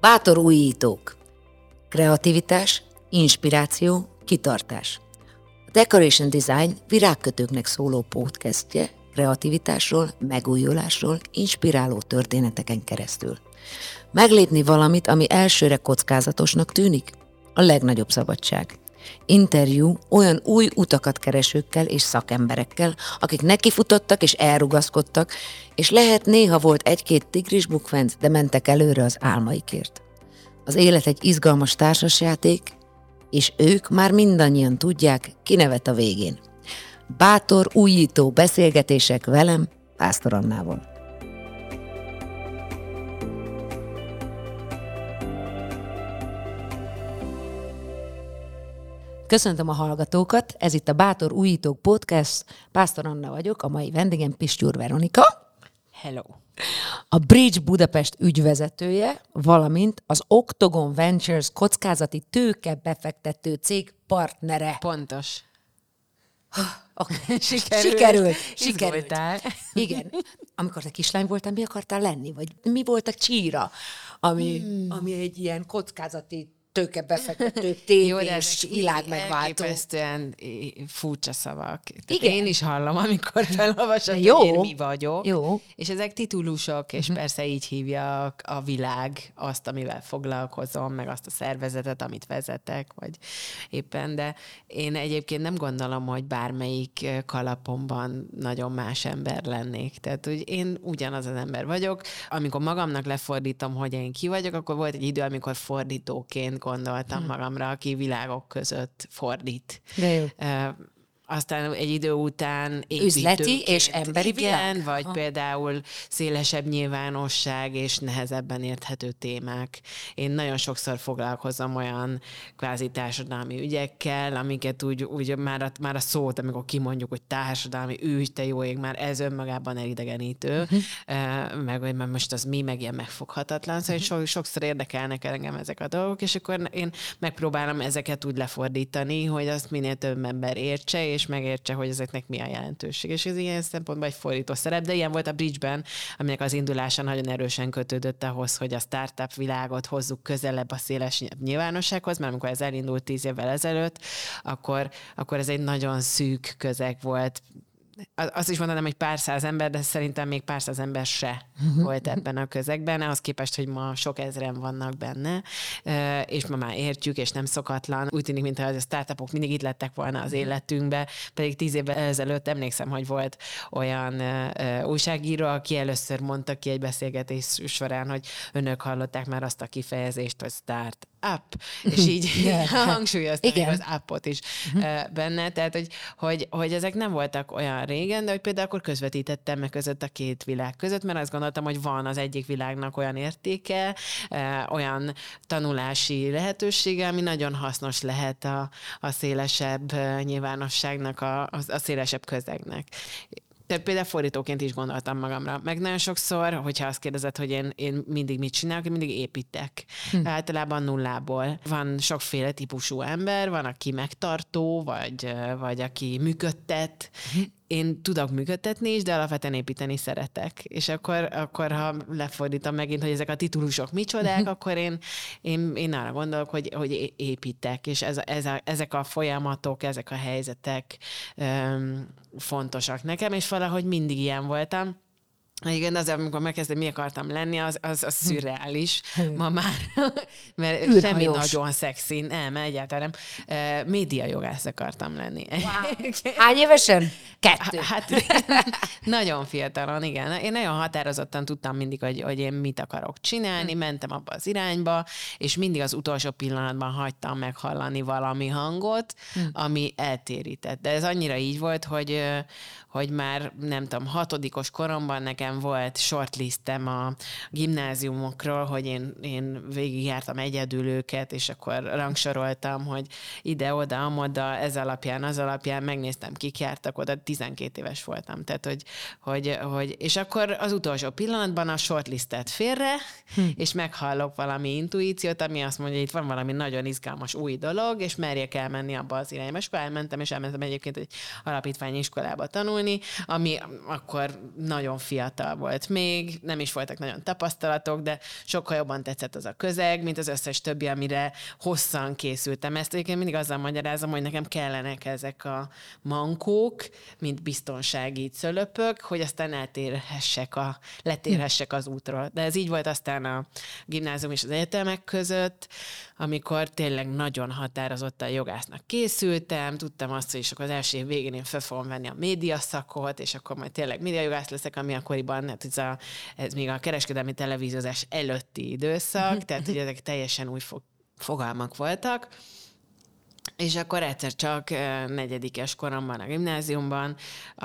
Bátor újítók. Kreativitás, inspiráció, kitartás. A Decoration Design virágkötőknek szóló podcastje kreativitásról, megújulásról, inspiráló történeteken keresztül. Meglépni valamit, ami elsőre kockázatosnak tűnik? A legnagyobb szabadság. Interjú olyan új utakat keresőkkel és szakemberekkel, akik nekifutottak és elrugaszkodtak, és lehet néha volt egy-két tigrisbukfenc, de mentek előre az álmaikért. Az élet egy izgalmas társasjáték, és ők már mindannyian tudják, ki nevet a végén. Bátor, újító beszélgetések velem, Pásztor Annával. Köszöntöm a hallgatókat, ez itt a Bátor Újítók Podcast, Pásztor Anna vagyok, a mai vendégem Pistyúr Veronika. Hello! A Bridge Budapest ügyvezetője, valamint az Octagon Ventures kockázati tőkebefektető cég partnere. Pontos. Okay. Sikerült. Igen. Amikor te kislány voltál, mi akartál lenni? Vagy mi volt a csíra, ami egy ilyen kockázati tőkebefektető, tévés, világmegváltó. Elképesztően furcsa szavak. Én is hallom, amikor felolvasod, hogy én mi vagyok. Jó. És ezek titulusok, és persze így hívja a világ azt, amivel foglalkozom, meg azt a szervezetet, amit vezetek, vagy éppen, de én egyébként nem gondolom, hogy bármelyik kalapomban nagyon más ember lennék. Tehát, hogy én ugyanaz az ember vagyok. Amikor magamnak lefordítom, hogy én ki vagyok, akkor volt egy idő, amikor fordítóként gondoltam magamra, aki világok között fordít. De jó. Aztán egy idő után üzleti és emberi világ? Vagy például szélesebb nyilvánosság és nehezebben érthető témák. Én nagyon sokszor foglalkozom olyan kvázi társadalmi ügyekkel, amiket úgy már a szót, amikor kimondjuk, hogy társadalmi ügy, te jó ég, már ez önmagában elidegenítő, meg hogy most az mi, meg ilyen megfoghatatlan. Szóval sokszor érdekelnek engem ezek a dolgok, és akkor én megpróbálom ezeket úgy lefordítani, hogy azt minél több ember értse, és megértse, hogy ezeknek mi a jelentőség. És ez ilyen szempontból egy fordító szerep, de ilyen volt a Bridge-ben, aminek az indulása nagyon erősen kötődött ahhoz, hogy a startup világot hozzuk közelebb a széles nyilvánossághoz, mert amikor ez elindult 10 évvel ezelőtt, akkor ez egy nagyon szűk közeg volt. Azt is mondanám, hogy pár száz ember, de szerintem még pár száz ember se volt ebben a közegben, ahhoz képest, hogy ma sok ezren vannak benne, és ma már értjük, és nem szokatlan. Úgy tűnik, mintha a startupok mindig itt lettek volna az életünkbe, pedig 10 évvel ezelőtt emlékszem, hogy volt olyan újságíró, aki először mondta ki egy beszélgetés során, hogy önök hallották már azt a kifejezést, hogy start up, és így hangsúlyoztam az appot is benne, tehát hogy ezek nem voltak olyan régen, de hogy például akkor közvetítettem meg között a két világ között, mert azt gondoltam, hogy van az egyik világnak olyan értéke, olyan tanulási lehetősége, ami nagyon hasznos lehet a szélesebb nyilvánosságnak, a szélesebb közegnek. Tehát például fordítóként is gondoltam magamra. Meg nagyon sokszor, hogyha azt kérdezed, hogy én mindig mit csinálok, én mindig építek. Általában nullából. Van sokféle típusú ember, van, aki megtartó, vagy aki működtet. Én tudok működtetni is, de alapvetően építeni szeretek. És akkor ha lefordítom megint, hogy ezek a titulusok micsodák, akkor én arra gondolok, hogy építek, és ezek a folyamatok, ezek a helyzetek fontosak nekem, és valahogy mindig ilyen voltam. Igen, az, amikor megkezdtem, mi akartam lenni, az szürreális ma már, mert semmi nagyon szexi, nem, egyáltalán nem. Médiajogász akartam lenni. Wow. Hány évesen? 2. Hát nagyon fiatalon, igen. Én nagyon határozottan tudtam mindig, hogy én mit akarok csinálni, mentem abba az irányba, és mindig az utolsó pillanatban hagytam meghallani valami hangot, ami eltérített. De ez annyira így volt, hogy már nem tudom, 6. koromban nekem volt shortlistem a gimnáziumokról, hogy én végigjártam egyedül őket, és akkor rangsoroltam, hogy ide-oda, amoda, ez alapján, az alapján megnéztem, kik jártak oda, 12 éves voltam. Tehát, hogy és akkor az utolsó pillanatban a shortlistet félre, és meghallok valami intuíciót, ami azt mondja, hogy itt van valami nagyon izgalmas új dolog, és merjek elmenni abba az irányba. És akkor elmentem egyébként egy alapítványi iskolába tanulni, ami akkor nagyon fiatal fiatal volt még, nem is voltak nagyon tapasztalatok, de sokkal jobban tetszett az a közeg, mint az összes többi, amire hosszan készültem. Ezt egyébként mindig azzal magyarázom, hogy nekem kellenek ezek a mankók, mint biztonsági cölöpök, hogy aztán letérhessek az útról. De ez így volt aztán a gimnázium és az egyetemek között, amikor tényleg nagyon határozottan jogásznak készültem, tudtam azt, hogy és akkor az első év végén én fel fogom venni a médiaszakot, és akkor majd tényleg médiajogász leszek, ami akkoriban, hát ez még a kereskedelmi televíziózás előtti időszak, tehát hogy ezek teljesen új fogalmak voltak. És akkor egyszer csak negyedikes koromban a gimnáziumban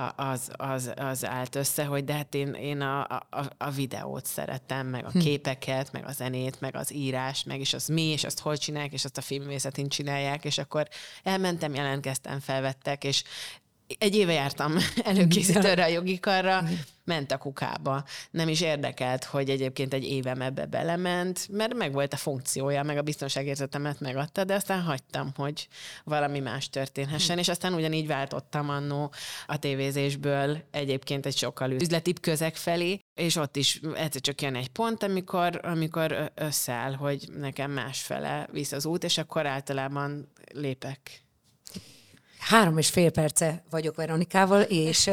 az állt össze, hogy de hát én a videót szeretem, meg a képeket, meg a zenét, meg az írás, meg és az mi, és azt hol csinálják, és azt a filmművészetén csinálják, és akkor elmentem, jelentkeztem, felvettek, és egy éve jártam előkészítőre a jogi karra, ment a kukába. Nem is érdekelt, hogy egyébként egy évem ebbe belement, mert meg volt a funkciója, meg a biztonságérzetemet megadta, de aztán hagytam, hogy valami más történhessen, és aztán ugyanígy váltottam annó a tévézésből egyébként egy sokkal üzletibb közeg felé, és ott is egyszer csak jön egy pont, amikor összeáll, hogy nekem másfele visz az út, és akkor általában lépek. 3,5 perce vagyok Veronikával, és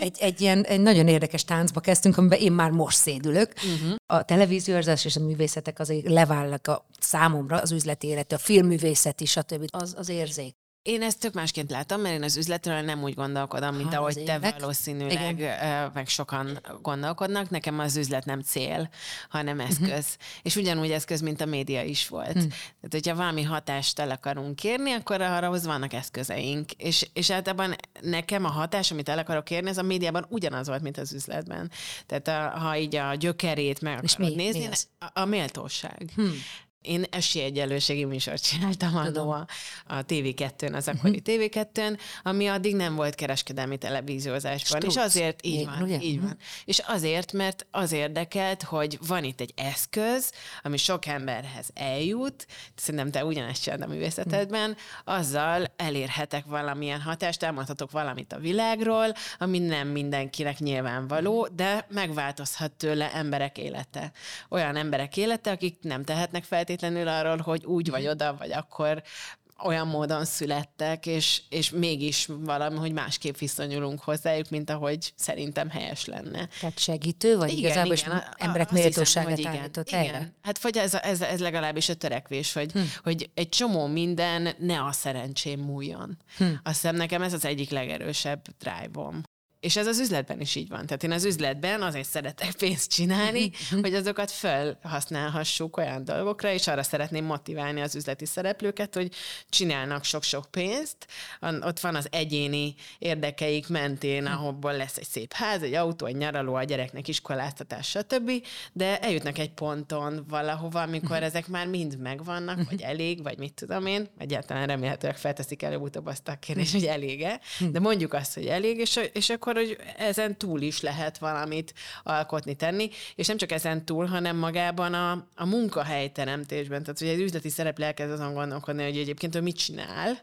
egy nagyon érdekes táncba kezdtünk, amiben én már most szédülök. A televíziózás és a művészetek azért leválnak a számomra, az üzleti élet, a filmművészet is, stb. Az érzék. Én ezt tök másként látom, mert én az üzletről nem úgy gondolkodom, mint ahogy te valószínűleg, meg sokan gondolkodnak. Nekem az üzlet nem cél, hanem eszköz. És ugyanúgy eszköz, mint a média is volt. Tehát, hogyha valami hatást el akarunk kérni, akkor arrahoz vannak eszközeink. És általában nekem a hatás, amit el akarok kérni, ez a médiában ugyanaz volt, mint az üzletben. Tehát ha így a gyökerét meg akarod nézni, a méltóság. Én esélyegyenlőségi műsort csináltam annó a TV2-n, az akkori TV2-n, ami addig nem volt kereskedelmi televíziózásban. És azért így van. És azért, mert az érdekelt, hogy van itt egy eszköz, ami sok emberhez eljut, szerintem te ugyanezt csinálod a művészetedben, azzal elérhetek valamilyen hatást, elmondhatok valamit a világról, ami nem mindenkinek nyilvánvaló, de megváltozhat tőle emberek élete. Olyan emberek élete, akik nem tehetnek feltétlenül arról, hogy úgy vagy oda, vagy akkor olyan módon születtek, és mégis valami, hogy másképp viszonyulunk hozzájuk, mint ahogy szerintem helyes lenne. Tehát segítő, vagy igazából is emberek méltóságát állított helyre? Hát vagy ez legalábbis a törekvés, hogy egy csomó minden ne a szerencsém múljon. Azt hiszem nekem ez az egyik legerősebb drive-om. És ez az üzletben is így van. Tehát én az üzletben azért szeretek pénzt csinálni, hogy azokat felhasználhassuk olyan dolgokra, és arra szeretném motiválni az üzleti szereplőket, hogy csinálnak sok-sok pénzt. Ott van az egyéni érdekeik mentén, ahol lesz egy szép ház, egy autó, egy nyaraló, a gyereknek iskoláztatás, stb. De eljutnak egy ponton valahova, amikor ezek már mind megvannak, vagy elég, vagy mit tudom én. Egyáltalán remélhetőleg felteszik előbb-utóbb azt a kérdést, hogy elég-e. De mondjuk azt, hogy elég, és akkor, hogy ezen túl is lehet valamit alkotni, tenni, és nem csak ezen túl, hanem magában a munkahelyteremtésben. Tehát, hogy egy üzleti szereplő elkezd azon gondolkodni, hogy egyébként ő mit csinál,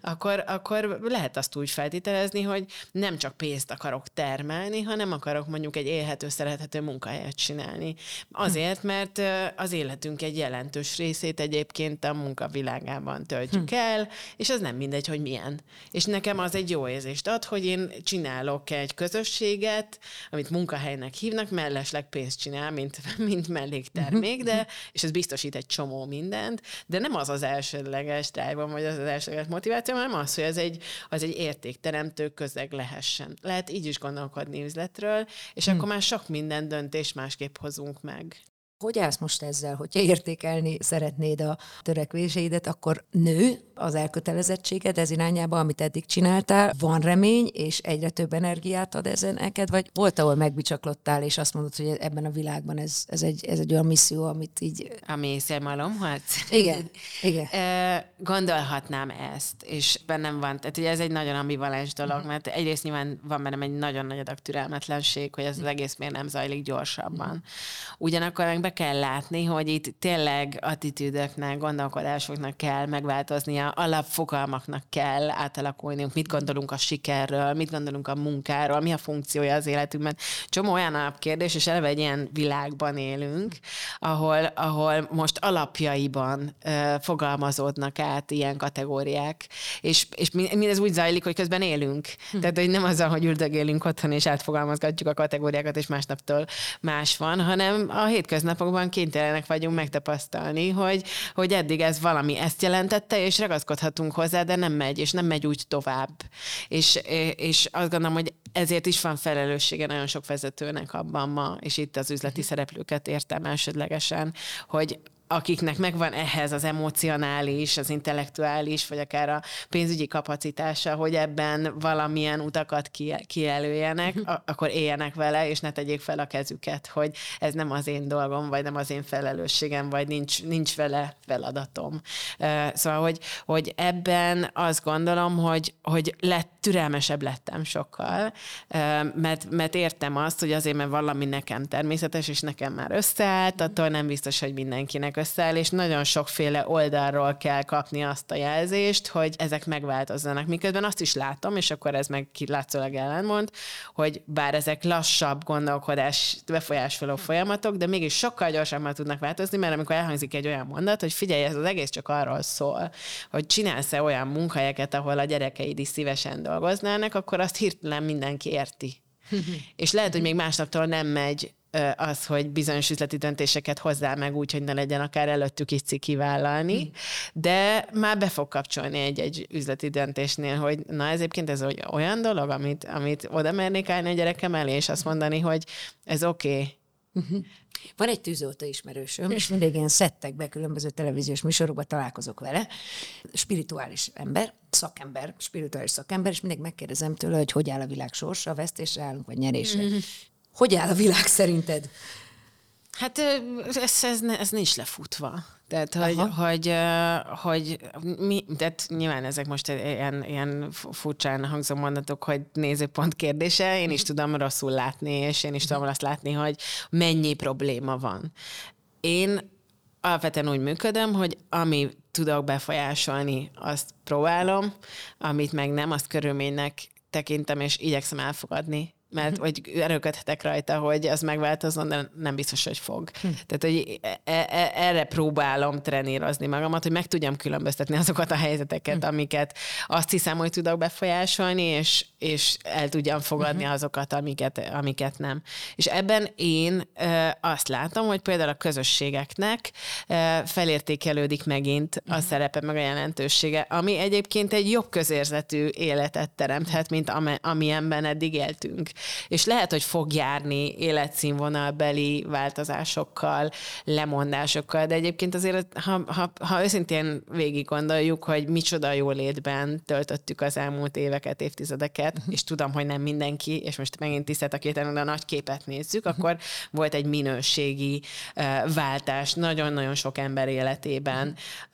akkor lehet azt úgy feltételezni, hogy nem csak pénzt akarok termelni, hanem akarok mondjuk egy élhető, szerethető munkahelyet csinálni. Azért, mert az életünk egy jelentős részét egyébként a munkavilágában töltjük el, és az nem mindegy, hogy milyen. És nekem az egy jó érzést ad, hogy én csinálok egy közösséget, amit munkahelynek hívnak, mellesleg pénzt csinál, mint melléktermék, és ez biztosít egy csomó mindent, de nem az elsődleges drive-om, vagy az elsődleges motiváció, hanem az, hogy az egy értékteremtő közeg lehessen. Lehet így is gondolkodni üzletről, és akkor már sok minden döntést másképp hozunk meg. Hogy állsz most ezzel, hogyha értékelni szeretnéd a törekvéseidet, akkor nő az elkötelezettséged ez irányába, amit eddig csináltál, van remény, és egyre több energiát ad ezen neked, vagy volt, ahol megbicsaklottál, és azt mondod, hogy ebben a világban ez egy olyan misszió, amit így... A mélyszélmalomharc? Igen. Gondolhatnám ezt, és bennem van, tehát ugye ez egy nagyon ambivalens dolog, mert egyrészt nyilván van bennem egy nagyon nagy adag türelmetlenség, hogy ez az egész miért nem zajlik gyorsabban. Ugyanakkor meg be kell látni, hogy itt tényleg attitűdöknek, gondolkodásoknak kell megváltoznia, alapfogalmaknak kell átalakulniuk, mit gondolunk a sikerről, mit gondolunk a munkáról, mi a funkciója az életünkben. Csomó olyan alapkérdés, és eleve egy ilyen világban élünk, ahol most alapjaiban fogalmazódnak át ilyen kategóriák, és mindez úgy zajlik, hogy közben élünk. Tehát, hogy nem azzal, hogy üldögélünk otthon, és átfogalmazgatjuk a kategóriákat, és másnaptól más van, hanem a hétköznapokban kénytelenek vagyunk megtapasztalni, hogy eddig ez valami ezt jelentette, és ragaszkodhatunk hozzá, de nem megy, és nem megy úgy tovább. És azt gondolom, hogy ezért is van felelőssége nagyon sok vezetőnek abban ma, és itt az üzleti szereplőket értem elsődlegesen, hogy akiknek megvan ehhez az emocionális, az intellektuális, vagy akár a pénzügyi kapacitása, hogy ebben valamilyen utakat kijelöljenek, akkor éljenek vele, és ne tegyék fel a kezüket, hogy ez nem az én dolgom, vagy nem az én felelősségem, vagy nincs vele feladatom. Szóval, hogy ebben azt gondolom, hogy türelmesebb lettem sokkal, mert értem azt, hogy azért, mert valami nekem természetes, és nekem már összeállt, attól nem biztos, hogy mindenkinek összeáll, és nagyon sokféle oldalról kell kapni azt a jelzést, hogy ezek megváltozzanak. Miközben azt is látom, és akkor ez meg látszólag ellentmond, hogy bár ezek lassabb gondolkodás befolyásoló folyamatok, de mégis sokkal gyorsabban tudnak változni, mert amikor elhangzik egy olyan mondat, hogy figyelj, ez az egész csak arról szól, hogy csinálsz-e olyan munkahelyeket, ahol a gyerekeid is szívesen dolgoznának, akkor azt hirtelen mindenki érti. És lehet, hogy még másnaptól nem megy az, hogy bizonyos üzleti döntéseket hozzá meg úgy, hogy ne legyen akár előttük is ciki vállalni, de már be fog kapcsolni egy üzleti döntésnél, hogy na ez egyébként ez olyan dolog, amit oda mernék állni a gyerekem elé, és azt mondani, hogy ez oké. Van egy tűzoltó ismerősöm, és mindig ilyen szettekbe, különböző televíziós műsorokban találkozok vele. Spirituális ember, szakember, spirituális szakember, és mindig megkérdezem tőle, hogy áll a világ sorsa, vesztésre állunk, vagy nyerésre. Hogy áll a világ szerinted? Hát ez nincs lefutva. Tehát, tehát nyilván ezek most ilyen furcsán hangzó mondatok, hogy nézőpont kérdése, én is tudom rosszul látni, és én is tudom azt látni, hogy mennyi probléma van. Én alapvetően úgy működöm, hogy ami tudok befolyásolni, azt próbálom, amit meg nem, azt körülménynek tekintem, és igyekszem elfogadni. Mert hogy erőködhetek rajta, hogy az megváltozzon, de nem biztos, hogy fog. Tehát, hogy erre próbálom trenírozni magamat, hogy meg tudjam különböztetni azokat a helyzeteket, amiket azt hiszem, hogy tudok befolyásolni, és el tudjam fogadni azokat, amiket nem. És ebben én azt látom, hogy például a közösségeknek felértékelődik megint a szerepe, meg a jelentősége, ami egyébként egy jobb közérzetű életet teremthet, mint amilyenben eddig éltünk. És lehet, hogy fog járni életszínvonalbeli változásokkal, lemondásokkal, de egyébként azért, ha őszintén végig gondoljuk, hogy micsoda jólétben töltöttük az elmúlt éveket, évtizedeket, és tudom, hogy nem mindenki, és most megint tisztelt a nagy képet nézzük, akkor volt egy minőségi váltás nagyon-nagyon sok ember életében,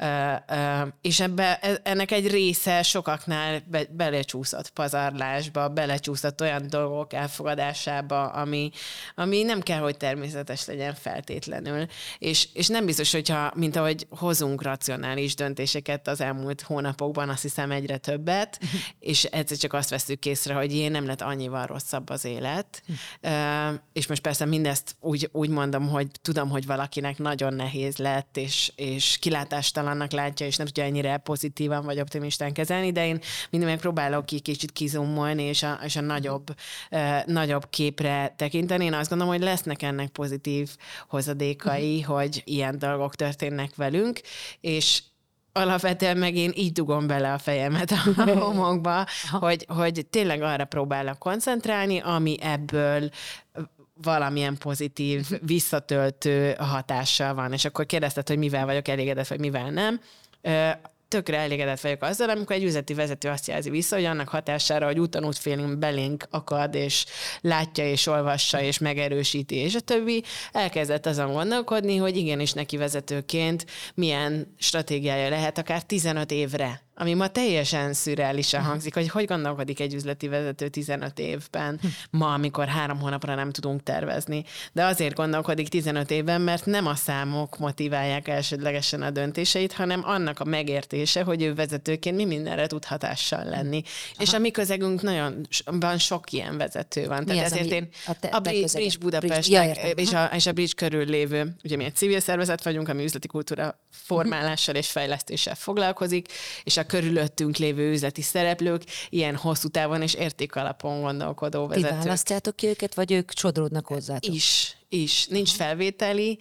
és ennek egy része sokaknál belecsúszott pazarlásba, belecsúszott olyan dolgok elfogadásába, ami nem kell, hogy természetes legyen feltétlenül. És nem biztos, hogyha, mint ahogy hozunk racionális döntéseket az elmúlt hónapokban, azt hiszem egyre többet, és egyszer csak azt veszük észre, hogy nem lett annyival rosszabb az élet. És most persze mindezt úgy mondom, hogy tudom, hogy valakinek nagyon nehéz lett, és kilátástalannak látja, és nem tudja ennyire pozitívan vagy optimistán kezelni, de én mindig megpróbálok kicsit kizumolni, és a nagyobb képre tekinteni. Én azt gondolom, hogy lesznek ennek pozitív hozadékai, hogy ilyen dolgok történnek velünk, és alapvetően meg én így dugom bele a fejemet a homokba, hogy tényleg arra próbálok koncentrálni, ami ebből valamilyen pozitív, visszatöltő hatással van. És akkor kérdezted, hogy mivel vagyok elégedett, vagy mivel nem. Tökre elégedett vagyok azzal, amikor egy üzleti vezető azt jelzi vissza, hogy annak hatására, hogy úton útfélünk belénk akad, és látja, és olvassa, és megerősíti, és a többi, elkezdett azon gondolkodni, hogy igenis neki vezetőként milyen stratégiája lehet akár 15 évre. ami ma teljesen szürreálisan hangzik, hogy gondolkodik egy üzleti vezető 15 évben, ma, amikor 3 hónapra nem tudunk tervezni. De azért gondolkodik 15 évben, mert nem a számok motiválják elsődlegesen a döntéseit, hanem annak a megértése, hogy ő vezetőként mi mindenre tud hatással lenni. És a mi közegünk nagyon sok ilyen vezető van. Tehát ezért én a Bridge Budapest és a Bridge körül lévő, ugye mi egy civil szervezet vagyunk, ami üzleti kultúra formálással és fejlesztéssel foglalkozik, és a körülöttünk lévő üzleti szereplők ilyen hosszú távon és értékalapon gondolkodó vezetők. Ti választjátok ki őket, vagy ők sodródnak hozzátok? Is. Nincs felvételi,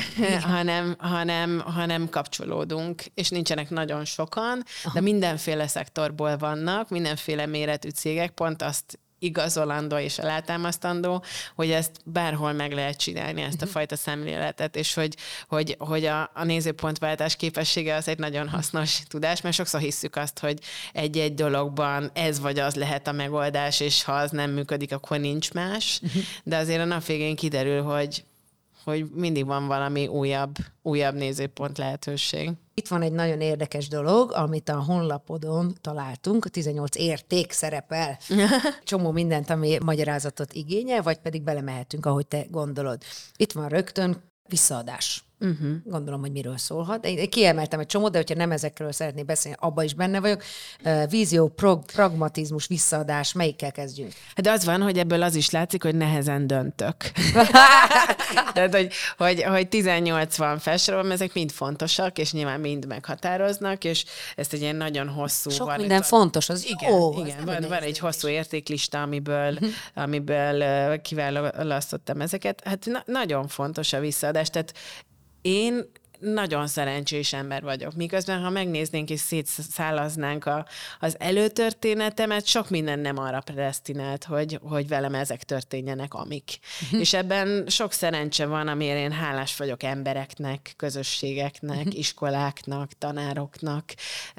hanem kapcsolódunk, és nincsenek nagyon sokan, de mindenféle szektorból vannak, mindenféle méretű cégek, pont azt igazolandó és alátámasztandó, hogy ezt bárhol meg lehet csinálni, ezt a fajta szemléletet, és hogy a nézőpontváltás képessége az egy nagyon hasznos tudás, mert sokszor hisszük azt, hogy egy-egy dologban ez vagy az lehet a megoldás, és ha az nem működik, akkor nincs más, de azért a nap végén kiderül, hogy mindig van valami újabb nézőpont lehetőség. Itt van egy nagyon érdekes dolog, amit a honlapodon találtunk, a 18 érték szerepel. Csomó mindent, ami magyarázatot igényel, vagy pedig belemehetünk, ahogy te gondolod. Itt van rögtön visszaadás. Gondolom, hogy miről szólhat. Én kiemeltem egy csomót, de hogyha nem ezekről szeretnék beszélni, abban is benne vagyok. Vízió, pragmatizmus, visszaadás, melyikkel kezdjünk? De az van, hogy ebből az is látszik, hogy nehezen döntök. Tehát, hogy 18 van felsorolom, ezek mind fontosak, és nyilván mind meghatároznak, és ezt egy ilyen nagyon hosszú... Sok minden fontos, az igen, van egy hosszú értéklista, amiből kiválasztottam ezeket. Hát nagyon fontos a visszaadás, tehát én nagyon szerencsés ember vagyok. Miközben, ha megnéznénk és szétszálaznánk az előtörténetemet, sok minden nem arra predesztinált, hogy velem ezek történjenek, amik. És ebben sok szerencse van, amiért én hálás vagyok embereknek, közösségeknek, iskoláknak, tanároknak,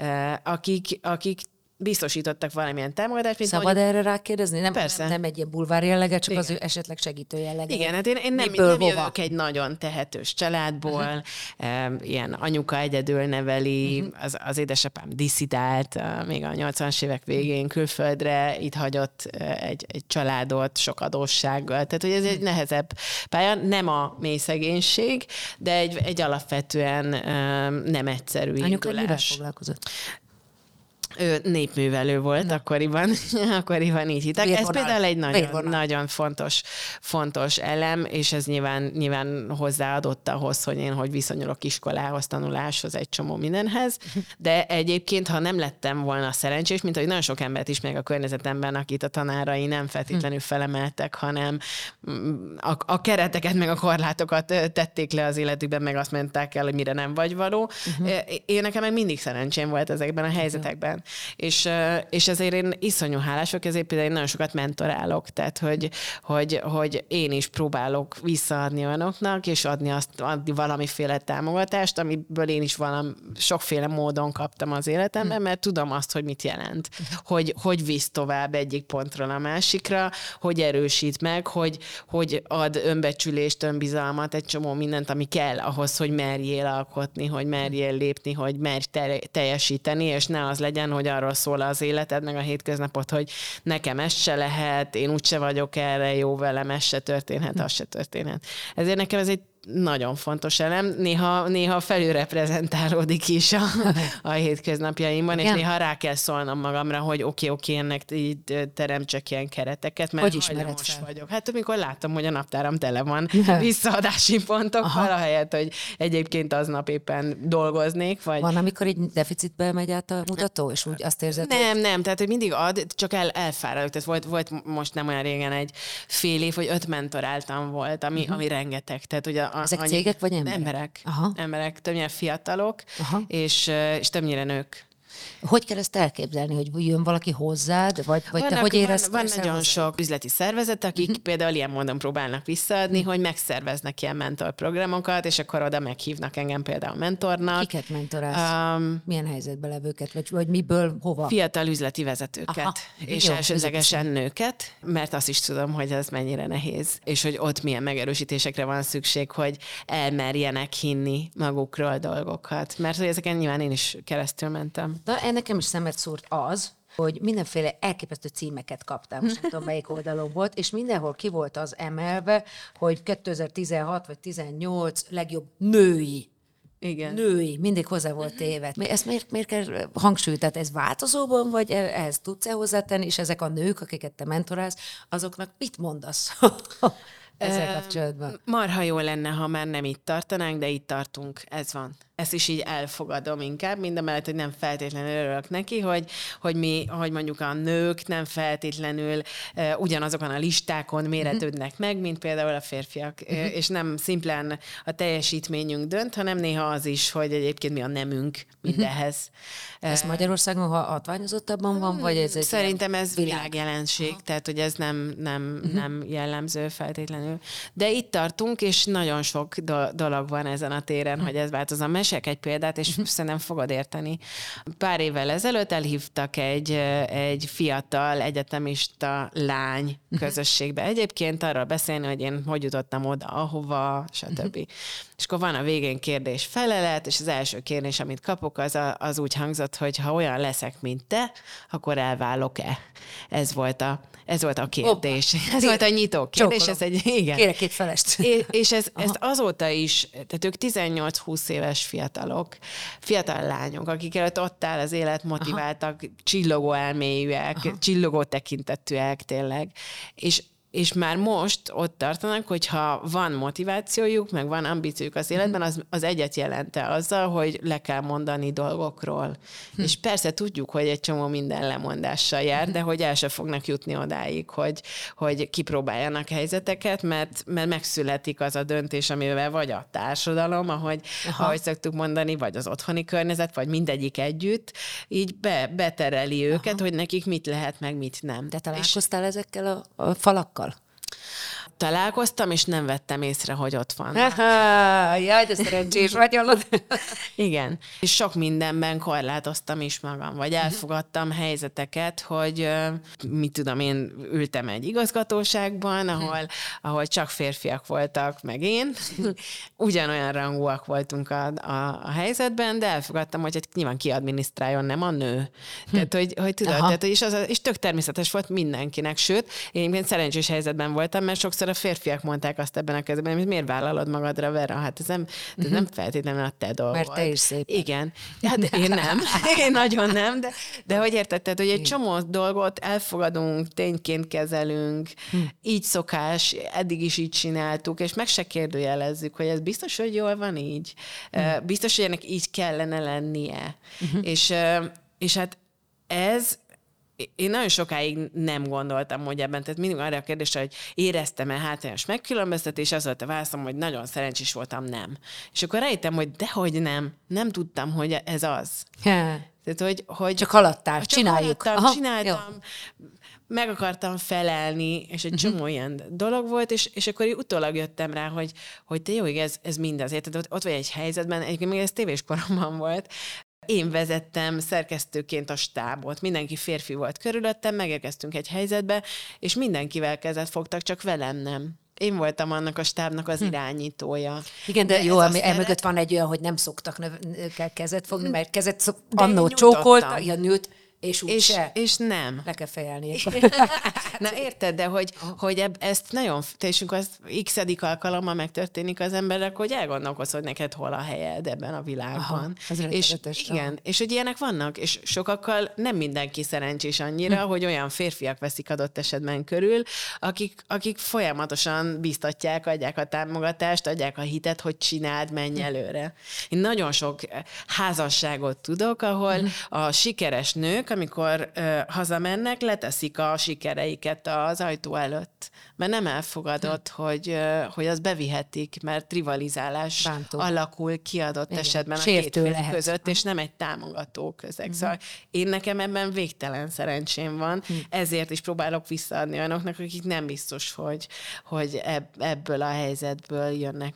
akik biztosítottak valamilyen támogatást. Szabad erre rákérdezni? Persze. Nem egy ilyen bulvár jellege, csak az ő esetleg segítő jellege. Igen, hát én nem jövök egy nagyon tehetős családból, ilyen anyuka egyedül neveli, az édesapám disszidált, még a 80-as évek végén külföldre, itt hagyott egy családot sok adóssággal. Tehát, hogy ez egy nehezebb pálya, nem a mély szegénység, de egy alapvetően nem egyszerű indulás. Anyuka mivel foglalkozott? Ő népművelő volt akkoriban így hittek. Ez például egy nagyon fontos elem, és ez nyilván hozzáadott ahhoz, hogy én hogy viszonyulok iskolához, tanuláshoz, egy csomó mindenhez. De egyébként, ha nem lettem volna szerencsés, mint hogy nagyon sok embert ismerek a környezetemben, akit a tanárai nem feltétlenül felemeltek, hanem a kereteket, meg a korlátokat tették le az életükben, meg azt mondták el, hogy mire nem vagy való. Én nekem meg mindig szerencsém volt ezekben a helyzetekben. És ezért én iszonyú hálás vagyok, ezért például én nagyon sokat mentorálok, tehát hogy én is próbálok visszaadni olyanoknak, és adni valamiféle támogatást, amiből én is sokféle módon kaptam az életemben, mert tudom azt, hogy mit jelent. Hogy visz tovább egyik pontról a másikra, hogy erősít meg, hogy ad önbecsülést, önbizalmat, egy csomó mindent, ami kell ahhoz, hogy merjél alkotni, hogy merjél lépni, hogy merj teljesíteni, és ne az legyen, hogy arról szól az életed, meg a hétköznapot, hogy nekem ez se lehet, én úgyse vagyok erre jó, velem ez se történhet, az se történhet. Ezért nekem ez egy nagyon fontos elem. Néha felülreprezentálódik is a hétköznapjaimban, és néha rá kell szólnom magamra, hogy oké, ennek így teremtsek ilyen kereteket, mert hajlamos vagyok. Hát amikor látom, hogy a naptáram tele van visszaadási pontokkal, ahelyett, hogy egyébként aznap éppen dolgoznék. Vagy... Van, amikor így deficitbe megy át a mutató, és úgy azt érzed, Nem, tehát hogy mindig ad, csak elfáradok. Tehát volt most nem olyan régen egy fél év, hogy 5 mentoráltam volt, ami rengeteg. Tehát ugye ezek cégek vagy emberek? Emberek, többnyire fiatalok, és többnyire nők. Hogy kell ezt elképzelni, hogy jön valaki hozzád, vagy te hogy érezd? Van nagyon sok üzleti szervezet, akik például ilyen módon próbálnak visszaadni, hogy megszerveznek ilyen mentorprogramokat, és akkor oda meghívnak engem például mentornak. Kiket mentorálsz? Milyen helyzetben levőket? Vagy miből, hova? Fiatal üzleti vezetőket, és elsődlegesen nőket, mert azt is tudom, hogy ez mennyire nehéz, és hogy ott milyen megerősítésekre van szükség, hogy elmerjenek hinni magukról dolgokat. Mert hogy ezeken nyilván én is keresztül mentem. Na, nekem is szemet szúrt az, hogy mindenféle elképesztő címeket kaptam, most nem tudom, melyik oldalon volt, és mindenhol ki volt az emelve, hogy 2016 vagy 18 legjobb női. Igen. Női, mindig hozzá volt téve. Ezt miért kell hangsúlyt? Tehát ez változóban, vagy ehhez tudsz-e hozzátenni, és ezek a nők, akiket te mentorálsz, azoknak mit mondasz ezzel kapcsolatban? Marha jó lenne, ha már nem itt tartanánk, de itt tartunk. Ez van. Ezt is így elfogadom inkább, mindamellett, hogy nem feltétlenül örülök neki, hogy mondjuk a nők nem feltétlenül ugyanazokon a listákon méretődnek meg, mint például a férfiak. És nem szimplán a teljesítményünk dönt, hanem néha az is, hogy egyébként mi a nemünk mindenhez. Ez Magyarországon, ha hatványozottabban van, vagy ez egy Szerintem ez világjelenség, tehát hogy ez nem jellemző feltétlenül. De itt tartunk, és nagyon sok dolog van ezen a téren, hogy ez változom. Mesélek egy példát, és szerintem fogod érteni. Pár évvel ezelőtt elhívtak egy fiatal egyetemista lány közösségbe. Egyébként arról beszélni, hogy én hogy jutottam oda, ahova, stb. És akkor van a végén kérdés-felelet, és az első kérdés, amit kapok, az úgy hangzott, hogy ha olyan leszek, mint te, akkor elválok-e? Ez volt a kérdés. Ez volt a nyitó kérdés. Igen. Kérek két felest. És ezt azóta is, tehát ők 18-20 éves fiatalok, fiatal lányok, akik előtt ott áll az élet, motiváltak, csillogó elméjűek, csillogó tekintetűek tényleg. És már most ott tartanak, hogyha van motivációjuk, meg van ambíciójuk az életben, az egyet jelente azzal, hogy le kell mondani dolgokról. És persze tudjuk, hogy egy csomó minden lemondással jár, de hogy el se fognak jutni odáig, hogy kipróbáljanak helyzeteket, mert megszületik az a döntés, amivel vagy a társadalom, ahogy szoktuk mondani, vagy az otthoni környezet, vagy mindegyik együtt, így betereli őket, hogy nekik mit lehet, meg mit nem. Te találkoztál ezekkel a falakkal? Találkoztam, és nem vettem észre, hogy ott van. Jaj, de szerencsés vagy, hallod? Igen. És sok mindenben korlátoztam is magam, vagy elfogadtam helyzeteket, hogy mit tudom, én ültem egy igazgatóságban, ahol csak férfiak voltak, meg én. Ugyanolyan rangúak voltunk a helyzetben, de elfogadtam, hogy nyilván kiadminisztráljon, nem a nő. Tehát, hogy tudod, és tök természetes volt mindenkinek, sőt, én szerencsés helyzetben voltam, mert sokszor a férfiak mondták azt ebben a kezdetben, hogy miért vállalod magadra, Vera? Hát ez nem feltétlenül a te dolgod. Mert te is szép. Igen. Hát én nem. Én nagyon nem, de hogy érted, tehát, hogy egy csomó dolgot elfogadunk, tényként kezelünk, így szokás, eddig is így csináltuk, és meg se kérdőjelezzük, hogy ez biztos, hogy jól van így. Biztos, hogy ennek így kellene lennie. És hát ez én nagyon sokáig nem gondoltam, hogy ebben, tehát mindig arra a kérdésre, hogy éreztem-e hátrányos megkülönböztetés, az volt a válaszom, hogy nagyon szerencsés voltam, nem. És akkor rájöttem, hogy dehogy nem tudtam, hogy ez az. Tehát, hogy csak haladtál, csináljuk. Csináltam, meg akartam felelni, és egy csomó ilyen dolog volt, és akkor utólag jöttem rá, hogy te jó, ez mindazért. Tehát ott vagy egy helyzetben, egyébként még ez tévéskoromban volt, én vezettem szerkesztőként a stábot, mindenki férfi volt körülöttem, megérkeztünk egy helyzetbe, és mindenkivel kezet fogtak, csak velem nem. Én voltam annak a stábnak az irányítója. Igen, de jó, emögött van egy olyan, hogy nem szoktak kezet fogni, mert kezet annó csókolta, a nőt, és nem. Le kell fejelni. Na érted, de hogy ezt nagyon, és az x-edik alkalommal megtörténik az emberek, hogy elgondolkozz, hogy neked hol a helyed ebben a világban. És hogy ilyenek vannak, és sokakkal nem mindenki szerencsés annyira, hogy olyan férfiak veszik adott esetben körül, akik folyamatosan biztatják, adják a támogatást, adják a hitet, hogy csináld, menj előre. Én nagyon sok házasságot tudok, ahol a sikeres nők, amikor hazamennek, leteszik a sikereiket az ajtó előtt. Mert nem elfogadott, hogy az bevihetik, mert rivalizálás alakul ki adott esetben a két fél között, és nem egy támogató közeg. Szóval én nekem ebben végtelen szerencsém van, ezért is próbálok visszaadni olyanoknak, akik nem biztos, hogy ebből a helyzetből jönnek, mert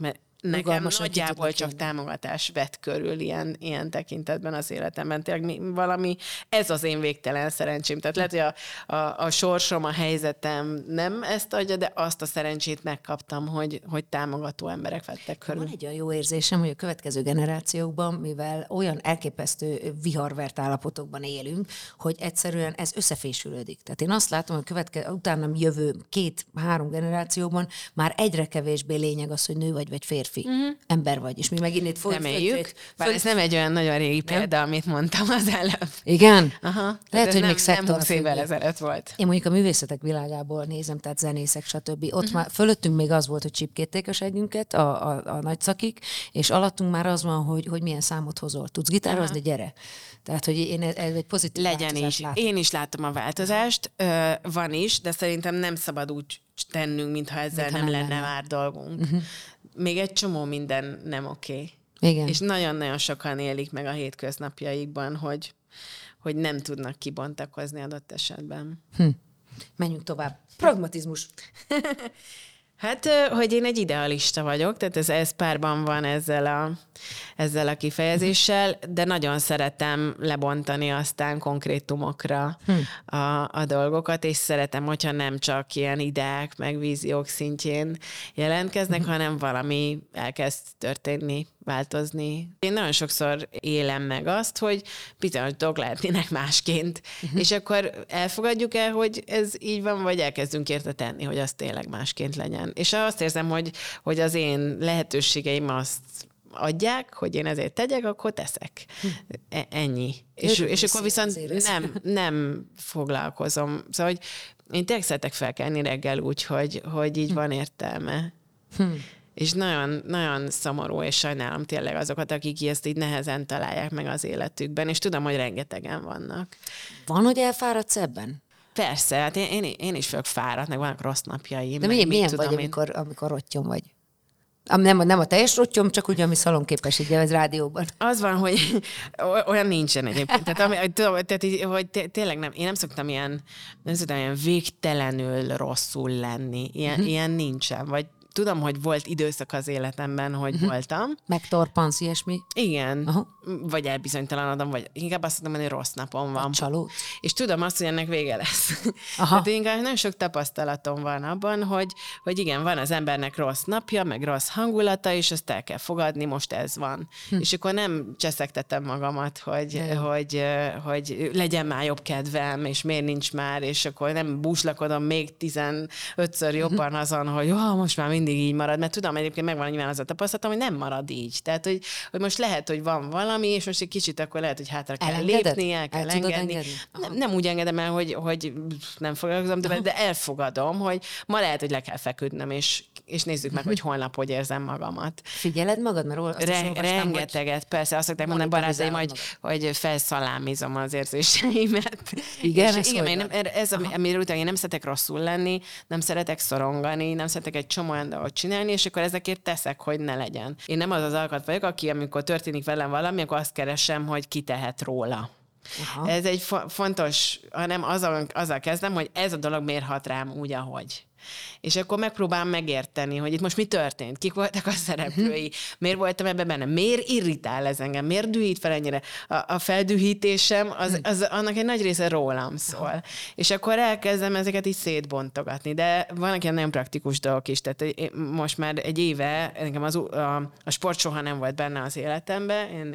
nekem nagyjából csak támogatás vett körül ilyen tekintetben az életemben. Tényleg valami, ez az én végtelen szerencsém. Tehát lehet, hogy a sorsom, a helyzetem nem ezt adja, de azt a szerencsét megkaptam, hogy támogató emberek vettek körül. Van egy olyan jó érzésem, hogy a következő generációkban, mivel olyan elképesztő viharvert állapotokban élünk, hogy egyszerűen ez összefésülődik. Tehát én azt látom, hogy utánam jövő 2-3 generációban már egyre kevésbé lényeg az, hogy nő vagy férfi. Ember vagy. És mi megint itt reméljük. Ez nem egy olyan nagyon régi példa, amit mondtam az előbb. Igen? Aha. Lehet, hogy még nem 20 évvel ezelőtt volt. Én mondjuk a művészetek világából nézem, tehát zenészek, stb. Ott már fölöttünk még az volt, hogy csipkétték a segünket, a nagyszakik, és alattunk már az van, hogy milyen számot hozol. Tudsz gitározni, gyere. Tehát, hogy én egy pozitív változást látom. Én is látom a változást, van is, de szerintem nem szabad úgy tennünk, mintha ezzel nem lenne már dolgunk. Még egy csomó minden nem oké. Igen. És nagyon-nagyon sokan élik meg a hétköznapjaikban, hogy nem tudnak kibontakozni adott esetben. Menjünk tovább. Pragmatizmus. Hát, hogy én egy idealista vagyok, tehát ez párban van ezzel a kifejezéssel, de nagyon szeretem lebontani aztán konkrétumokra a dolgokat, és szeretem, hogyha nem csak ilyen ideák, meg víziók szintjén jelentkeznek, hanem valami elkezd történni, változni. Én nagyon sokszor élem meg azt, hogy bizonyos dolgok lehetnének másként, és akkor elfogadjuk el, hogy ez így van, vagy elkezdünk érte tenni, hogy az tényleg másként legyen. És azt érzem, hogy az én lehetőségeim azt adják, hogy én ezért tegyek, akkor teszek. Ennyi. És akkor viszont nem foglalkozom. Szóval, hogy én tényleg szeretek felkelni reggel úgy, hogy így van értelme. És nagyon, nagyon szomorú, és sajnálom tényleg azokat, akik ezt így nehezen találják meg az életükben, és tudom, hogy rengetegen vannak. Van, hogy elfáradsz ebben? Persze, hát én is fogok fáradt, meg vannak rossz napjaim. De milyen vagy, amikor rottyom vagy? Nem a teljes rottyom, csak ugye, ami szalonképes így az rádióban. Az van, hogy olyan nincsen egyébként. Tehát, hogy tényleg nem, én nem szoktam ilyen végtelenül rosszul lenni. Ilyen nincsen. Vagy tudom, hogy volt időszak az életemben, hogy voltam. Megtorpansz, ilyesmi? Igen. Vagy elbizonytalanodom, vagy inkább azt mondom, hogy rossz napom van. Csalód. És tudom azt, hogy ennek vége lesz. Tehát inkább nagyon sok tapasztalatom van abban, hogy igen, van az embernek rossz napja, meg rossz hangulata, és azt el kell fogadni, most ez van. És akkor nem cseszegtetem magamat, hogy legyen már jobb kedvem, és miért nincs már, és akkor nem búslakodom még 15-ször jobban azon, hogy most már mindig így marad, mert tudom, egyébként megvan nyilván az a tapasztalatom, hogy nem marad így. Tehát, hogy most lehet, hogy van valami, és most egy kicsit akkor lehet, hogy hátra kell lépni, el kell engedni. Nem úgy engedem el, hogy nem foglalkozom, de elfogadom, hogy ma lehet, hogy le kell feküdnöm, és nézzük meg, hogy holnap hogy érzem magamat. Figyeled magad? Mert rengeteget, persze, azt szokták mondani barátaim, hogy felszalámizom az érzéseimet. Igen, amiről utána én nem szeretek rosszul lenni, nem szeretek szorongani, nem szeretek egy csomó olyan dolgot csinálni, és akkor ezekért teszek, hogy ne legyen. Én nem az alkat vagyok, aki amikor történik velem valami, akkor azt keresem, hogy ki tehet róla. Ez egy fontos, hanem azzal kezdem, hogy ez a dolog miért hat rám úgy, ahogy. És akkor megpróbálom megérteni, hogy itt most mi történt, kik voltak a szereplői, miért voltam ebben benne, miért irritál ez engem, miért dühít fel ennyire. A feldühítésem, annak egy nagy része rólam szól. És akkor elkezdem ezeket így szétbontogatni, de vannak ilyen nagyon praktikus dolgok is, tehát most már egy éve, nekem a sport soha nem volt benne az életemben,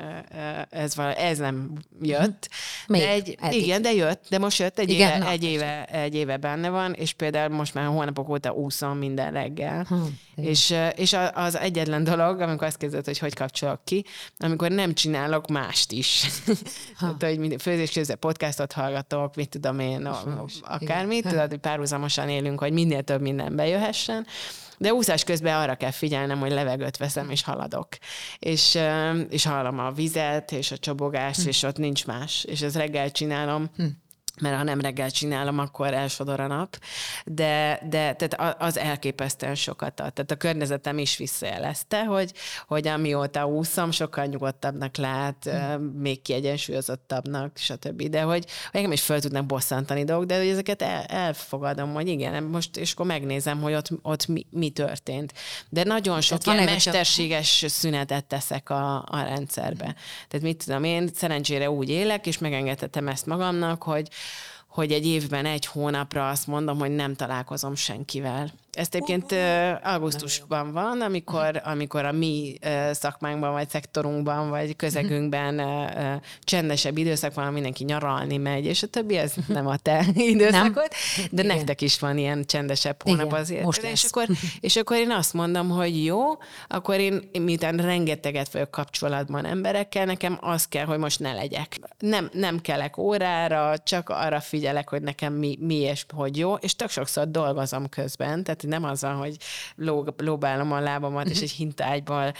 ez nem jött. Igen, de jött, de most jött, egy éve benne van, és például most már hónapok óta úszom minden reggel. És az egyetlen dolog, amikor azt kezdett, hogy kapcsolok ki, amikor nem csinálok mást is. Tehát, hogy főzés közben podcastot hallgatok, mit tudom én, akármit, tudod, hogy párhuzamosan élünk, hogy minél több minden bejöhessen. De úszás közben arra kell figyelnem, hogy levegőt veszem, és haladok. És hallom a vizet, és a csobogást, és ott nincs más. És ezt reggel csinálom. mert ha nem reggel csinálom, akkor elsodor a nap, de tehát az elképesztően sokat ad. Tehát a környezetem is visszajelezte, hogy amióta úszom, sokkal nyugodtabbnak lát, még kiegyensúlyozottabbnak, stb. De hogy engem is föl tudnak bosszantani dolgok, de hogy ezeket elfogadom, hogy igen, most, és akkor megnézem, hogy ott mi történt. De nagyon sok ilyen mesterséges szünetet teszek a rendszerbe. Tehát mit tudom, én szerencsére úgy élek, és megengedhetem ezt magamnak, hogy egy évben 1 hónapra azt mondom, hogy nem találkozom senkivel. Ez egyébként augusztusban van, amikor a mi szakmánkban, vagy szektorunkban, vagy közegünkben csendesebb időszak van, mindenki nyaralni megy, és a többi, ez nem a te időszakod, de igen. Nektek is van ilyen csendesebb hónap azért. Most és akkor én azt mondom, hogy jó, akkor én miután rengeteget vagyok kapcsolatban emberekkel, nekem az kell, hogy most ne legyek. Nem kelek órára, csak arra figyelek, hogy nekem mi és hogy jó, és tök sokszor dolgozom közben, tehát nem az van, hogy lóbálom a lábamat, és egy hintágyból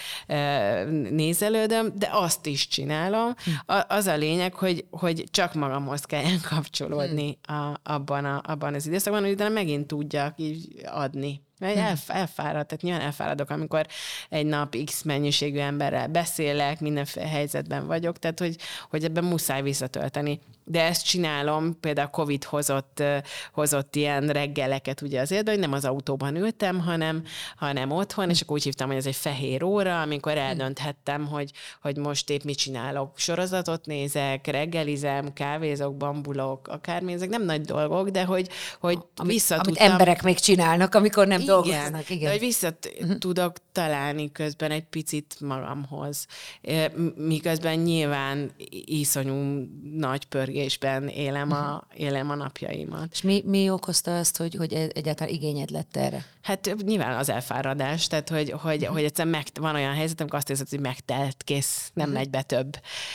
nézelődöm, de azt is csinálom. Az a lényeg, hogy csak magamhoz kelljen kapcsolódni abban az időszakban, hogy utána megint tudjak így adni. Elfárad, tehát nyilván elfáradok, amikor egy nap X mennyiségű emberrel beszélek, mindenféle helyzetben vagyok, tehát hogy ebben muszáj visszatölteni. De ezt csinálom, például a Covid hozott ilyen reggeleket ugye azért, hogy nem az autóban ültem, hanem otthon, és akkor úgy hívtam, hogy ez egy fehér óra, amikor eldönthettem, hogy most épp mit csinálok. Sorozatot nézek, reggelizem, kávézok, bambulok, akármi, ezek nem nagy dolgok, de hogy visszatudtam. Amit emberek még csinálnak, amikor nem dolgoznak. Igen, de hogy vissza tudok találni közben egy picit magamhoz. Miközben nyilván iszonyú nagy pörgésben élem a napjaimat. És mi okozta azt, hogy egyáltalán igényed lett erre? Hát nyilván az elfáradás, tehát hogy egyszerűen van olyan helyzet, amikor azt érzed, hogy megtelt, kész, nem megy be több.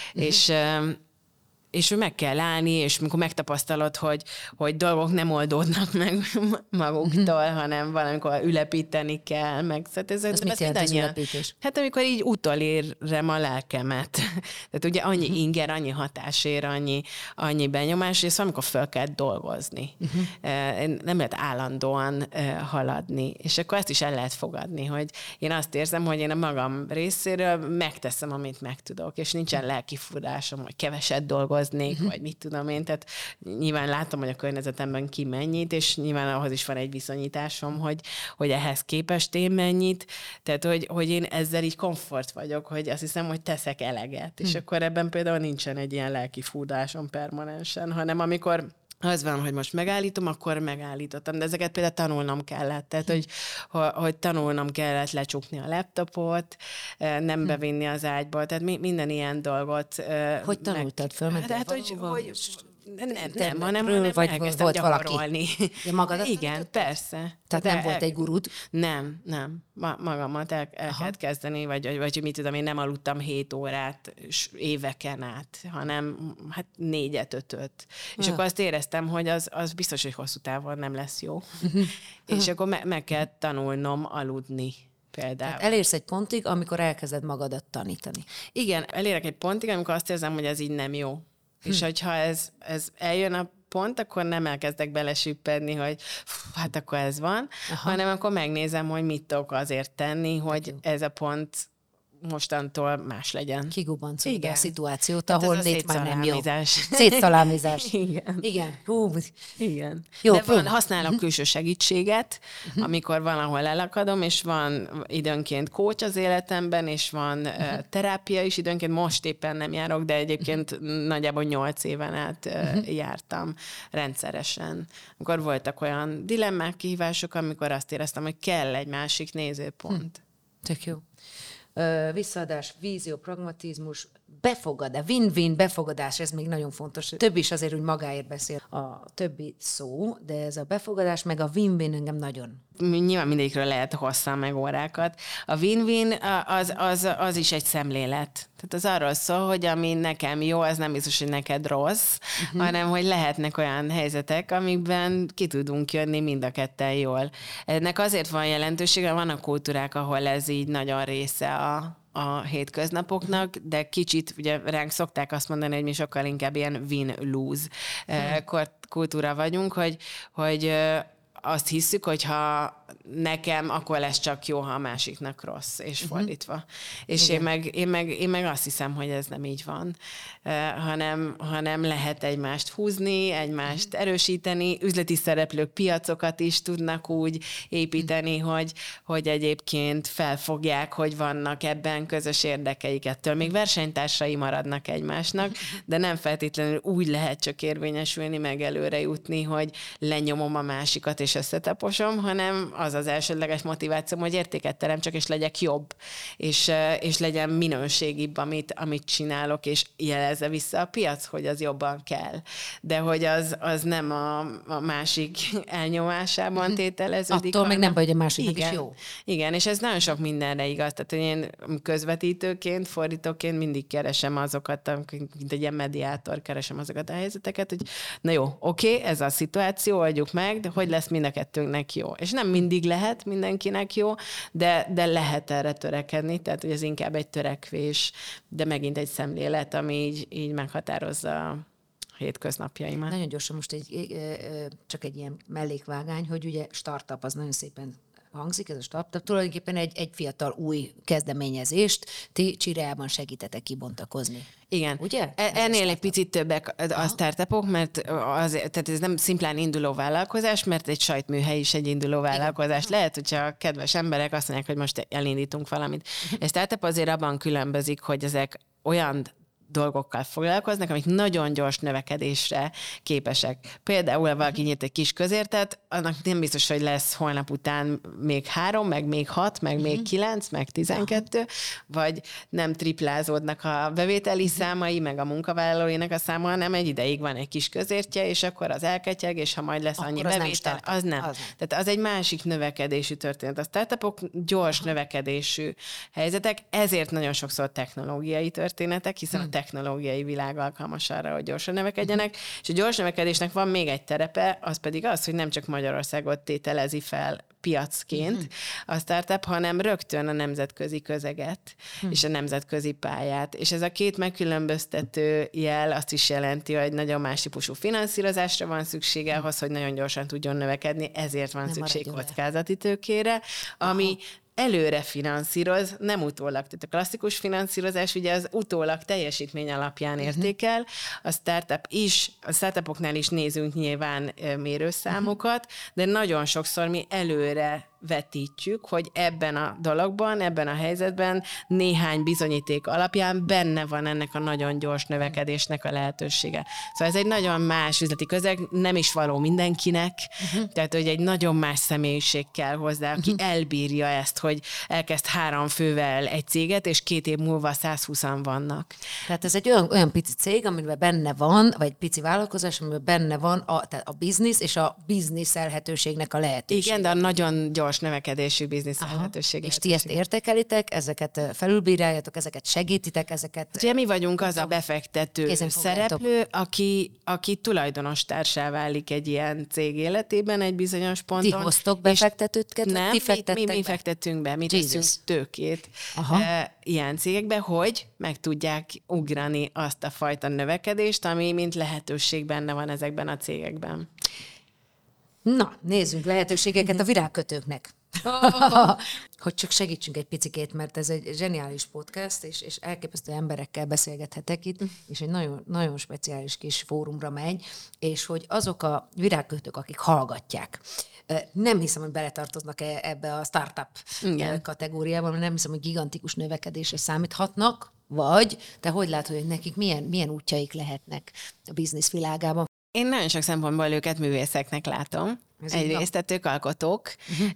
És meg kell állni, és amikor megtapasztalod, hogy dolgok nem oldódnak meg maguktól, hanem valamikor ülepíteni kell. Ez mit jelent az ülepítés? Hát amikor így utolérem a lelkemet. Tehát ugye annyi inger, annyi hatásér, annyi benyomás, és amikor föl kell dolgozni. Nem lehet állandóan haladni. És akkor ezt is el lehet fogadni, hogy én azt érzem, hogy én a magam részéről megteszem, amit meg tudok, és nincsen lelkifurásom, hogy keveset dolgoznék, vagy mit tudom én, tehát nyilván látom, hogy a környezetemben ki mennyit, és nyilván ahhoz is van egy viszonyításom, hogy ehhez képest én mennyit, tehát hogy én ezzel így komfort vagyok, hogy azt hiszem, hogy teszek eleget, és akkor ebben például nincsen egy ilyen lelkifúdásom permanensen, hanem amikor az van, hogy most megállítom, akkor megállítottam. De ezeket például tanulnom kellett. Tehát, hogy tanulnom kellett lecsukni a laptopot, nem bevinni az ágyba. Tehát minden ilyen dolgot. Hogy tanultad? Fölmentél nem, hanem elkezdtem gyakorolni. Magadat? Igen, persze. Tehát nem volt egy gurud? Nem. Magamat el kellett kezdeni, vagy mit tudom, én nem aludtam 7 órát éveken át, hanem 4-5. És akkor azt éreztem, hogy az biztos, hogy hosszú távon nem lesz jó. És akkor meg kell tanulnom aludni. Például. Tehát elérsz egy pontig, amikor elkezded magadat tanítani. Igen, elérek egy pontig, amikor azt érzem, hogy ez így nem jó. És hogyha ez eljön a pont, akkor nem elkezdek belesüppedni, hogy hát akkor ez van, hanem akkor megnézem, hogy mit tudok azért tenni, hogy ez a pont mostantól más legyen. Kigubancod a szituációt, ahol lét már nem jó. Szétszalámizás. Igen. Igen. Jó, de használok külső segítséget, amikor valahol elakadom, és van időnként coach az életemben, és van terápia is, időnként most éppen nem járok, de egyébként nagyjából 8 éven át jártam rendszeresen. Amikor voltak olyan dilemmák, kihívások, amikor azt éreztem, hogy kell egy másik nézőpont. Tök jó. Visszaadás, vízió, pragmatizmus, win-win befogadás, ez még nagyon fontos. Több is azért úgy magáért beszél a többi szó, de ez a befogadás, meg a win-win engem nagyon. Nyilván mindegyikről lehet hosszan meg órákat. A win-win az is egy szemlélet. Tehát az arról szól, hogy ami nekem jó, az nem biztos, hogy neked rossz, hanem hogy lehetnek olyan helyzetek, amikben ki tudunk jönni mind a ketten jól. Ennek azért van jelentősége, vannak kultúrák, ahol ez így nagyon része a hétköznapoknak, de kicsit ugye ránk szokták azt mondani, hogy mi sokkal inkább ilyen win-lose kultúra vagyunk, hogy azt hiszük, hogy ha nekem, akkor lesz csak jó, ha a másiknak rossz, és fordítva. És én meg azt hiszem, hogy ez nem így van, hanem lehet egymást húzni, egymást erősíteni, üzleti szereplők piacokat is tudnak úgy építeni, hogy egyébként felfogják, hogy vannak ebben közös érdekeik, ettől még versenytársai maradnak egymásnak, de nem feltétlenül úgy lehet csak érvényesülni, meg előre jutni, hogy lenyomom a másikat, és összetaposom, hanem az elsődleges motivációm, hogy értéket teremtsek, és legyek jobb, és legyen minőségibb, amit csinálok, és jelezze vissza a piac, hogy az jobban kell. De hogy az nem a másik elnyomásában tételeződik. Attól még nem baj, hogy a másiknak is jó. Igen, és ez nagyon sok mindenre igaz. Tehát én közvetítőként, fordítóként mindig keresem azokat, mint egy ilyen mediátor, keresem azokat a helyzeteket, hogy na jó, oké, ez a szituáció, oldjuk meg, de hogy lesz mind a kettőnknek jó. És nem mindig lehet mindenkinek jó, de lehet erre törekedni, tehát hogy ez inkább egy törekvés, de megint egy szemlélet, ami így meghatározza a hétköznapjaimat. Nagyon gyorsan most csak egy ilyen mellékvágány, hogy ugye startup az nagyon szépen hangzik, ez a startup, tulajdonképpen egy fiatal új kezdeményezést ti Csireában segítetek kibontakozni. Igen. Ugye? Ennél egy picit többek a startupok, mert tehát ez nem szimplán induló vállalkozás, mert egy sajtműhely is egy induló vállalkozás. Lehet, hogyha a kedves emberek azt mondják, hogy most elindítunk valamit. Egy startup azért abban különbözik, hogy ezek olyan dolgokkal foglalkoznak, amik nagyon gyors növekedésre képesek. Például valaki nyit egy kis közértet, annak nem biztos, hogy lesz holnap után még 3, meg még 6, meg még 9, meg 12, vagy nem triplázódnak a bevételi számai, meg a munkavállalóinak a száma, hanem egy ideig van egy kis közértje, és akkor az elketyeg, és ha majd lesz annyi bevétel, az nem. Tehát az egy másik növekedésű történet. A startupok gyors növekedésű helyzetek, ezért nagyon sokszor technológiai történetek, hiszen a technológiai világ alkalmas arra, hogy gyorsan növekedjenek, és a gyors növekedésnek van még egy terepe, az pedig az, hogy nem csak Magyarországot tételezi fel piacként a startup, hanem rögtön a nemzetközi közeget és a nemzetközi pályát. És ez a két megkülönböztető jel azt is jelenti, hogy nagyon más típusú finanszírozásra van szüksége ahhoz, hogy nagyon gyorsan tudjon növekedni, ezért van szükség kockázati tőkére, ami előre finanszíroz, nem utólag. Tehát a klasszikus finanszírozás ugye az utólag teljesítmény alapján értékel, a startupoknál is nézünk nyilván mérőszámokat, de nagyon sokszor mi előre vetítjük, hogy ebben a dologban, ebben a helyzetben néhány bizonyíték alapján benne van ennek a nagyon gyors növekedésnek a lehetősége. Szóval ez egy nagyon más üzleti közeg, nem is való mindenkinek, tehát hogy egy nagyon más személyiség kell hozzá, aki elbírja ezt, hogy elkezd 3 fővel egy céget, és 2 év múlva 120-an vannak. Tehát ez egy olyan pici cég, amiben benne van, vagy pici vállalkozás, amiben benne van a biznisz és a bizniszelhetőségnek a lehetőség. Igen, de a nagyon gyors növekedésű biznisz lehetőség. És ti ezt értékelitek, ezeket felülbíráljátok, ezeket segítitek, ezeket... Ugye mi vagyunk az a befektető szereplő, aki tulajdonos társá válik egy ilyen cég életében egy bizonyos ponton. Ti hoztok befektetőket? Nem, mi fektetünk be, mi teszünk tőkét ilyen cégekbe, hogy meg tudják ugrani azt a fajta növekedést, ami mint lehetőség benne van ezekben a cégekben. Na, nézzünk lehetőségeket a virágkötőknek. Hogy csak segítsünk egy picikét, mert ez egy zseniális podcast, és elképesztő emberekkel beszélgethetek itt, és egy nagyon, nagyon speciális kis fórumra megy, és hogy azok a virágkötők, akik hallgatják, nem hiszem, hogy beletartoznak ebbe a startup kategóriában, mert nem hiszem, hogy gigantikus növekedésre számíthatnak, vagy te hogy látod, hogy nekik milyen útjaik lehetnek a biznisz világában? Én nagyon sok szempontból őket művészeknek látom. Egyrészt, tehát ők alkotók.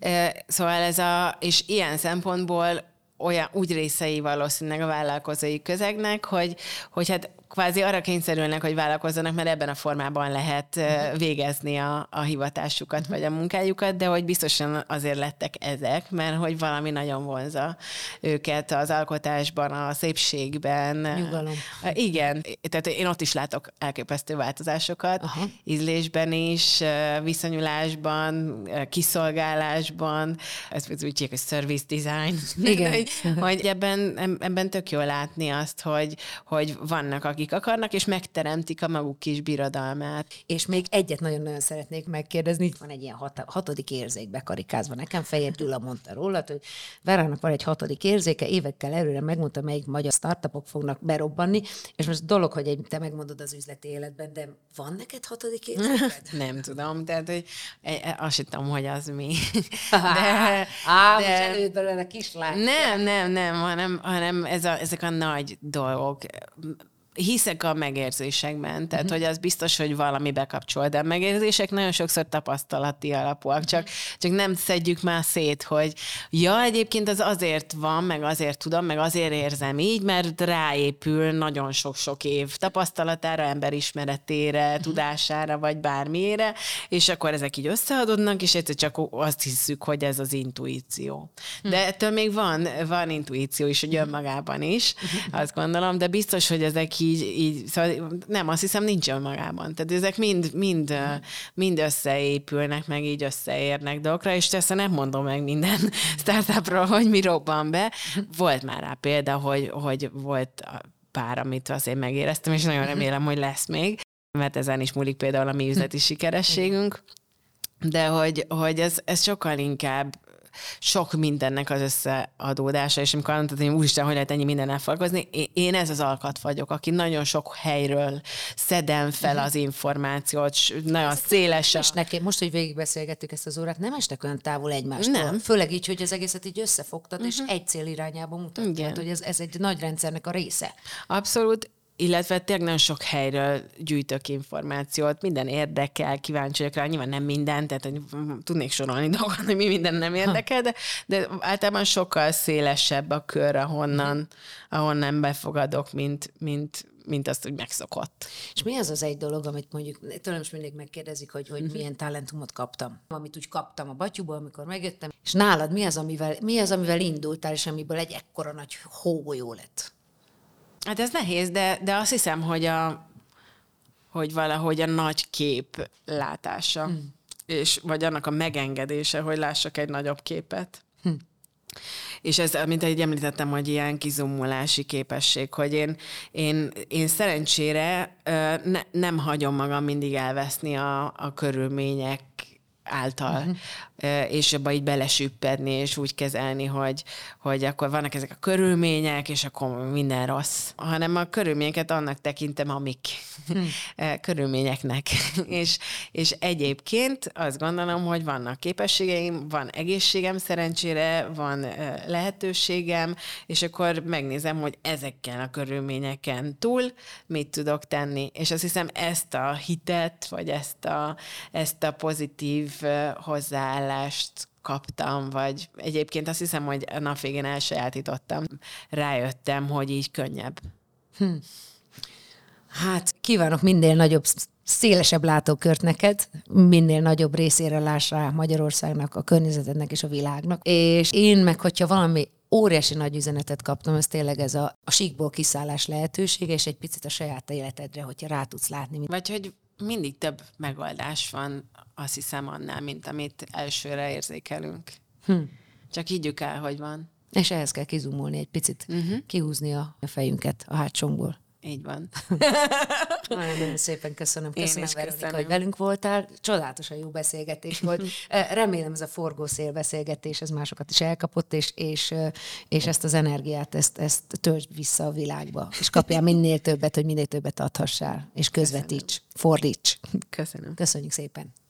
Szóval és ilyen szempontból úgy részei valószínűleg a vállalkozói közegnek, hogy hát kvázi arra kényszerülnek, hogy vállalkozzanak, mert ebben a formában lehet végezni a hivatásukat, vagy a munkájukat, de hogy biztosan azért lettek ezek, mert hogy valami nagyon vonza őket az alkotásban, a szépségben. Nyugalom. Igen, tehát én ott is látok elképesztő változásokat, ízlésben is, viszonyulásban, kiszolgálásban, ez úgy hívják, hogy service design. Igen. hogy ebben tök jól látni azt, hogy vannak, akik akarnak, és megteremtik a maguk kis birodalmát. És még egyet nagyon-nagyon szeretnék megkérdezni, itt van egy ilyen hatodik érzék bekarikázva. Nekem Fejér Gyula mondta róla, hogy Verának van egy hatodik érzéke, évekkel előre megmondta, melyik magyar startupok fognak berobbanni, és most dolog, hogy te megmondod az üzleti életben, de van neked hatodik érzéked? Nem tudom, tehát hogy azt sem tudom, hogy az mi. Most előtt belőle kislány. Nem, hanem ezek a nagy dolgok. Hiszek a megérzésekben, tehát hogy az biztos, hogy valami bekapcsol, de a megérzések nagyon sokszor tapasztalati alapúak, csak nem szedjük már szét, hogy egyébként az azért van, meg azért tudom, meg azért érzem így, mert ráépül nagyon sok-sok év tapasztalatára, emberismeretére, tudására, vagy bármiére, és akkor ezek így összeadódnak, és egyszer csak azt hiszük, hogy ez az intuíció. De ettől még van intuíció is, hogy önmagában is, azt gondolom, de biztos, hogy ezek így szóval nem, azt hiszem nincs önmagában. Tehát ezek mind összeépülnek, meg így összeérnek dolgokra, és ezt nem mondom meg minden startupról, hogy mi robban be. Volt már rá példa, hogy volt pár, amit azért megéreztem, és nagyon remélem, hogy lesz még, mert ezen is múlik például a mi üzleti sikerességünk, de hogy ez sokkal inkább sok mindennek az összeadódása, és amikor mondtad, hogy úristen, hogy lehet ennyi mindennel foglalkozni, én ez az alkat vagyok, aki nagyon sok helyről szedem fel az információt, nagyon széles. Most, hogy végigbeszélgettük ezt az órát, nem estek olyan távol egymástól. Nem. Főleg így, hogy az egészet így összefogtad, és egy cél irányába mutat. Tehát, hogy ez egy nagy rendszernek a része. Abszolút. Illetve tényleg nagyon sok helyről gyűjtök információt, minden érdekel, kíváncsi vagyok rá, nyilván nem minden, tehát tudnék sorolni dolgokat, hogy mi minden nem érdekel, de általában sokkal szélesebb a kör, ahonnan befogadok, mint azt, hogy megszokott. És mi az az egy dolog, amit mondjuk, tőlem is mindig megkérdezik, hogy milyen talentumot kaptam, amit úgy kaptam a batyuból, amikor megjöttem, és nálad mi az, amivel indultál, és amiből egy ekkora nagy hógolyó lett? Hát ez nehéz, de azt hiszem, hogy valahogy a nagy kép látása, vagy annak a megengedése, hogy lássak egy nagyobb képet. És ez, mint ahogy említettem, hogy ilyen kizumulási képesség, hogy én szerencsére nem hagyom magam mindig elveszni a körülmények által, és abba így belesüppedni, és úgy kezelni, hogy akkor vannak ezek a körülmények, és akkor minden rossz. Hanem a körülményeket annak tekintem, amik körülményeknek. és egyébként azt gondolom, hogy vannak képességeim, van egészségem szerencsére, van lehetőségem, és akkor megnézem, hogy ezeken a körülményeken túl mit tudok tenni. És azt hiszem, ezt a hitet, vagy ezt a pozitív hozzáállást kaptam, vagy egyébként azt hiszem, hogy a nap végén elsajátítottam. Rájöttem, hogy így könnyebb. Hát kívánok minél nagyobb, szélesebb látókört neked, minél nagyobb részére láss rá Magyarországnak, a környezetednek és a világnak. És én meg, hogyha valami óriási nagy üzenetet kaptam, ez tényleg ez a síkból kiszállás lehetősége, és egy picit a saját életedre, hogyha rá tudsz látni. Vagy hogy mindig több megoldás van, azt hiszem, annál, mint amit elsőre érzékelünk. Csak higgyük el, hogy van. És ehhez kell kizumolni egy picit, kihúzni a fejünket a hátsónkból. Így van. Nagyon szépen köszönöm. Köszönöm, Veronika, hogy velünk voltál. Csodálatosan jó beszélgetés volt. Remélem ez a forgószél beszélgetés, ez másokat is elkapott, és ezt az energiát, ezt töltsd vissza a világba. És kapjál minél többet, hogy minél többet adhassál. És közvetíts, fordíts. Köszönöm. Köszönjük szépen.